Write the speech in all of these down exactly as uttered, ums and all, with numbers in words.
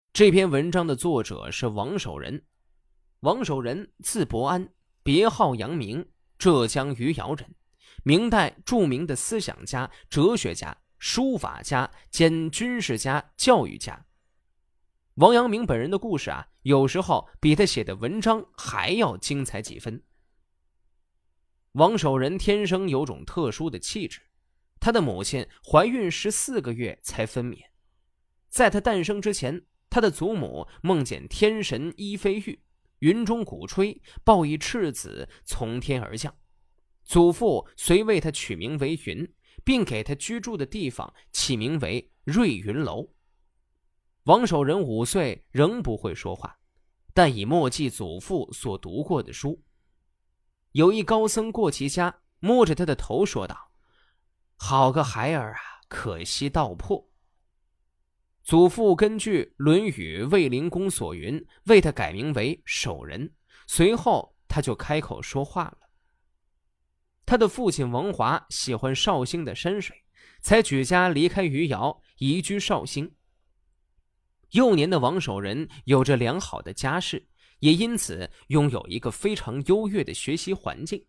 这篇文章的作者是王守仁。王守仁字伯安，别号阳明，浙江余姚人，明代著名的思想家、哲学家、书法家兼军事家、教育家。王阳明本人的故事啊，有时候比他写的文章还要精彩几分。王守仁天生有种特殊的气质，他的母亲怀孕十四个月才分娩。在他诞生之前，他的祖母梦见天神依飞玉，云中鼓吹，报一赤子从天而降。祖父遂为他取名为云，并给他居住的地方起名为瑞云楼。王守仁五岁仍不会说话，但已默记祖父所读过的书。有一高僧过其家，摸着他的头说道：“好个孩儿啊，可惜道破。”祖父根据《论语·卫灵公》所云，为他改名为守仁，随后他就开口说话了。他的父亲王华喜欢绍兴的山水，才举家离开余姚，移居绍兴。幼年的王守仁有着良好的家世，也因此拥有一个非常优越的学习环境。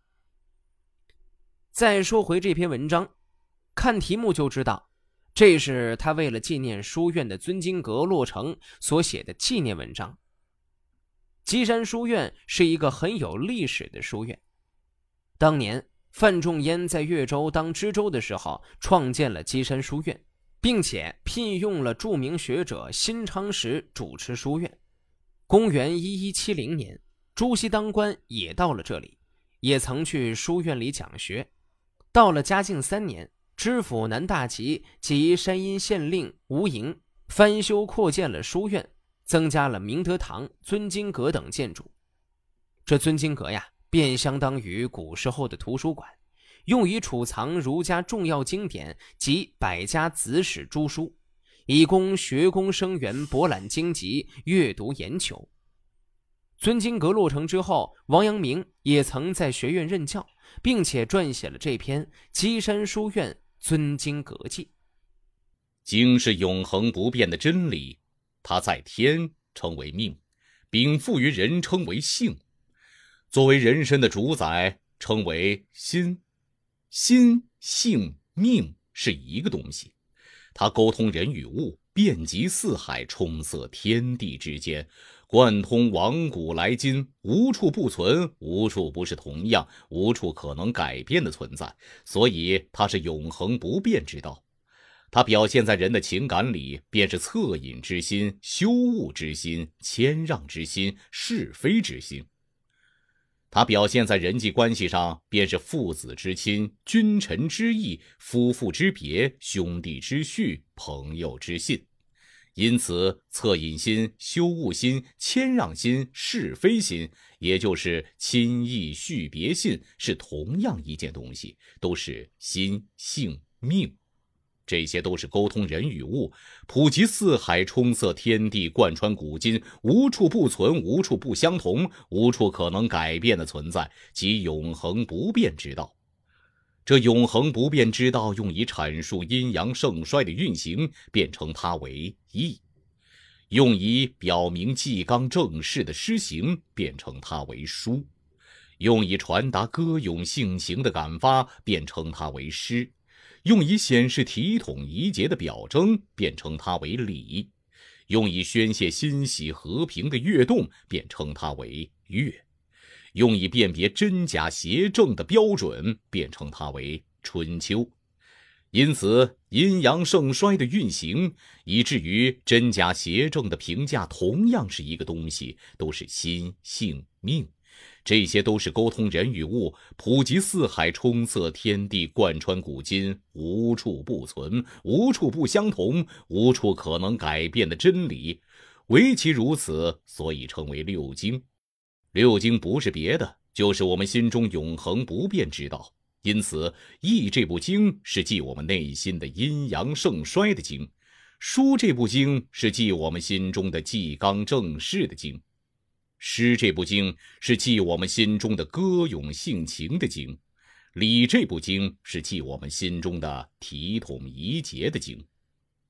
再说回这篇文章，看题目就知道，这是他为了纪念书院的尊经阁落成所写的纪念文章。基山书院是一个很有历史的书院，当年范仲淹在越州当知州的时候创建了基山书院，并且聘用了著名学者辛昌实主持书院。公元一一七零年，朱熹当官也到了这里，也曾去书院里讲学。到了嘉靖三年，知府南大吉及山阴县令吴莹翻修扩建了书院，增加了明德堂、尊经阁等建筑。这尊经阁呀，便相当于古时候的图书馆，用以储藏儒家重要经典及百家子史诸书，以供学宫生源博览经籍、阅读研究。尊经阁落成之后，王阳明也曾在学院任教，并且撰写了这篇《基山书院尊经阁记》。 经是永恒不变的真理，它在天称为命，禀赋于人称为性，作为人身的主宰称为心。心、性、命是一个东西，它沟通人与物，遍及四海，充塞天地之间，贯通往古来今，无处不存，无处不是同样，无处可能改变的存在，所以它是永恒不变之道。它表现在人的情感里，便是恻隐之心、羞恶之心、谦让之心、是非之心。它表现在人际关系上，便是父子之亲、君臣之义、夫妇之别、兄弟之序、朋友之信。因此，恻隐心、羞恶心、谦让心、是非心，也就是亲义序别信，是同样一件东西，都是心、性、命。这些都是沟通人与物，普及四海，充塞天地，贯穿古今，无处不存，无处不相同，无处可能改变的存在，即永恒不变之道。这永恒不变之道用以阐述阴阳盛衰的运行，便称它为义；用以表明纪纲正事的施行，便称它为书；用以传达歌咏性情的感发，便称它为诗；用以显示体统仪节的表征，便称它为礼；用以宣泄欣喜和平的跃动，便称它为乐；用以辨别真假邪正的标准，便称它为春秋。因此，阴阳盛衰的运行，以至于真假邪正的评价同样是一个东西，都是心、性、命。这些都是沟通人与物，普及四海，充塞天地，贯穿古今，无处不存，无处不相同，无处可能改变的真理。唯其如此，所以称为六经。六经不是别的，就是我们心中永恒不变之道。因此，易这部经是记我们内心的阴阳盛衰的经，书这部经是记我们心中的纪纲正事的经，诗这部经是记我们心中的歌咏性情的经，礼这部经是记我们心中的体统仪节的经。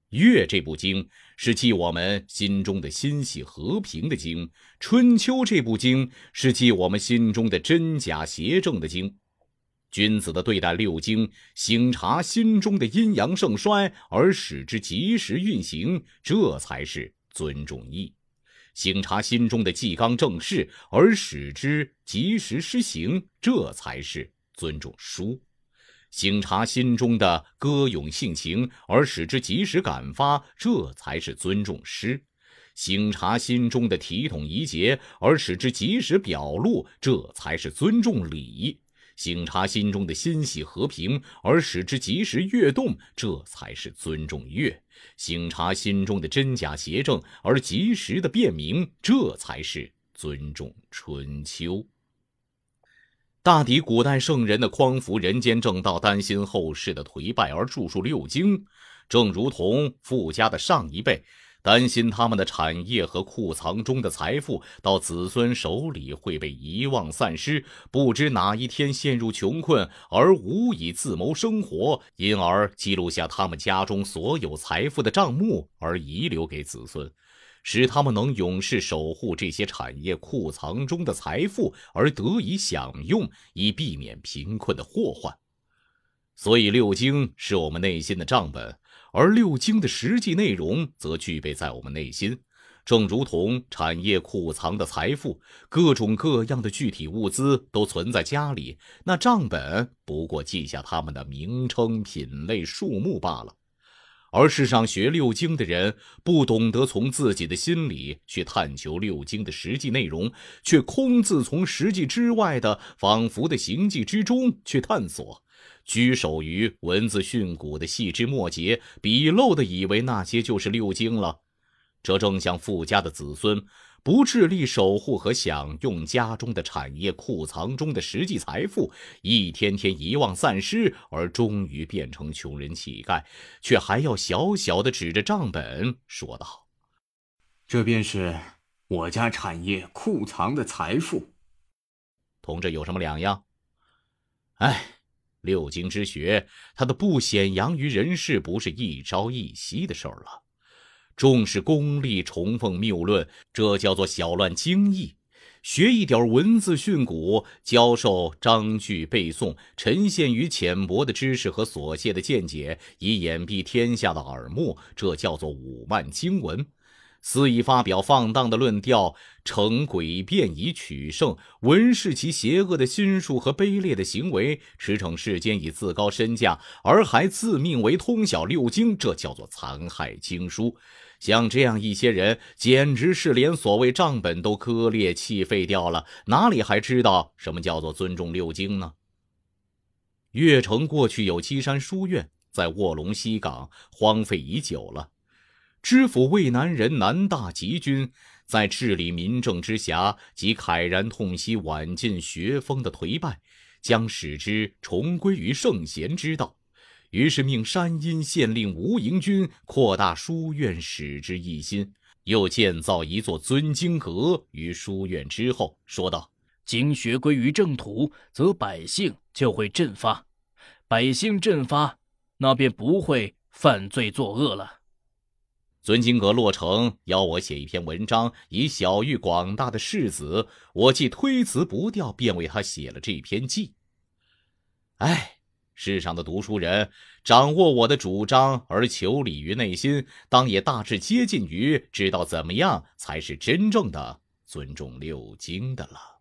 乐这部经是记我们心中的欣喜和平的经，春秋这部经是记我们心中的真假邪正的经。君子的对待六经，省察心中的阴阳盛衰，而使之及时运行，这才是尊重义；省察心中的纪纲正事，而使之及时施行，这才是尊重书；省察心中的歌咏性情，而使之及时感发，这才是尊重诗；省察心中的体统仪节，而使之及时表露，这才是尊重礼；省察心中的欣喜和平，而使之及时跃动，这才是尊重乐；省察心中的真假邪正，而及时的辨明，这才是尊重春秋。大抵古代圣人的匡扶人间正道，担心后世的颓败而著述六经，正如同富家的上一辈担心他们的产业和库藏中的财富到子孙手里会被遗忘散失，不知哪一天陷入穷困而无以自谋生活，因而记录下他们家中所有财富的账目而遗留给子孙，使他们能永世守护这些产业库藏中的财富而得以享用，以避免贫困的祸患。所以六经是我们内心的账本，而六经的实际内容则具备在我们内心，正如同产业库藏的财富，各种各样的具体物资都存在家里，那账本不过记下它们的名称、品类、数目罢了。而世上学六经的人不懂得从自己的心里去探求六经的实际内容，却空自从实际之外的仿佛的行迹之中去探索，居守于文字训诂的细枝末节，笔漏的以为那些就是六经了。这正像富家的子孙不致力守护和享用家中的产业库藏中的实际财富，一天天遗忘散失，而终于变成穷人乞丐，却还要小小的指着账本说道： 这便是我家产业库藏的财富。 同这有什么两样？哎，六经之学，它的不显扬于人世，不是一朝一夕的事儿了。重视功利，崇奉谬论，这叫做小乱经义；学一点文字训诂，教授章句背诵，沉陷于浅薄的知识和琐屑的见解，以掩蔽天下的耳目，这叫做武慢经文；肆意发表放荡的论调，逞诡辩以取胜，文饰其邪恶的心术和卑劣的行为，驰骋世间以自高身价，而还自命为通晓六经，这叫做残害经书。像这样一些人，简直是连所谓账本都割裂弃废掉了，哪里还知道什么叫做尊重六经呢？越城过去有基山书院，在卧龙西港荒废已久了。知府渭南人南大吉军在治理民政之暇，即慨然痛惜晚近学风的颓败，将使之重归于圣贤之道，于是命山阴县令吴营军扩大书院，使之一新，又建造一座尊经阁于书院之后，说道： 经学归于正途，则百姓就会振发，百姓振发，那便不会犯罪作恶了。 尊经阁落成，邀我写一篇文章，以晓谕广大的士子，我既推辞不掉，便为他写了这篇记。哎，世上的读书人掌握我的主张而求理于内心，当也大致接近于知道怎么样才是真正的尊重六经的了。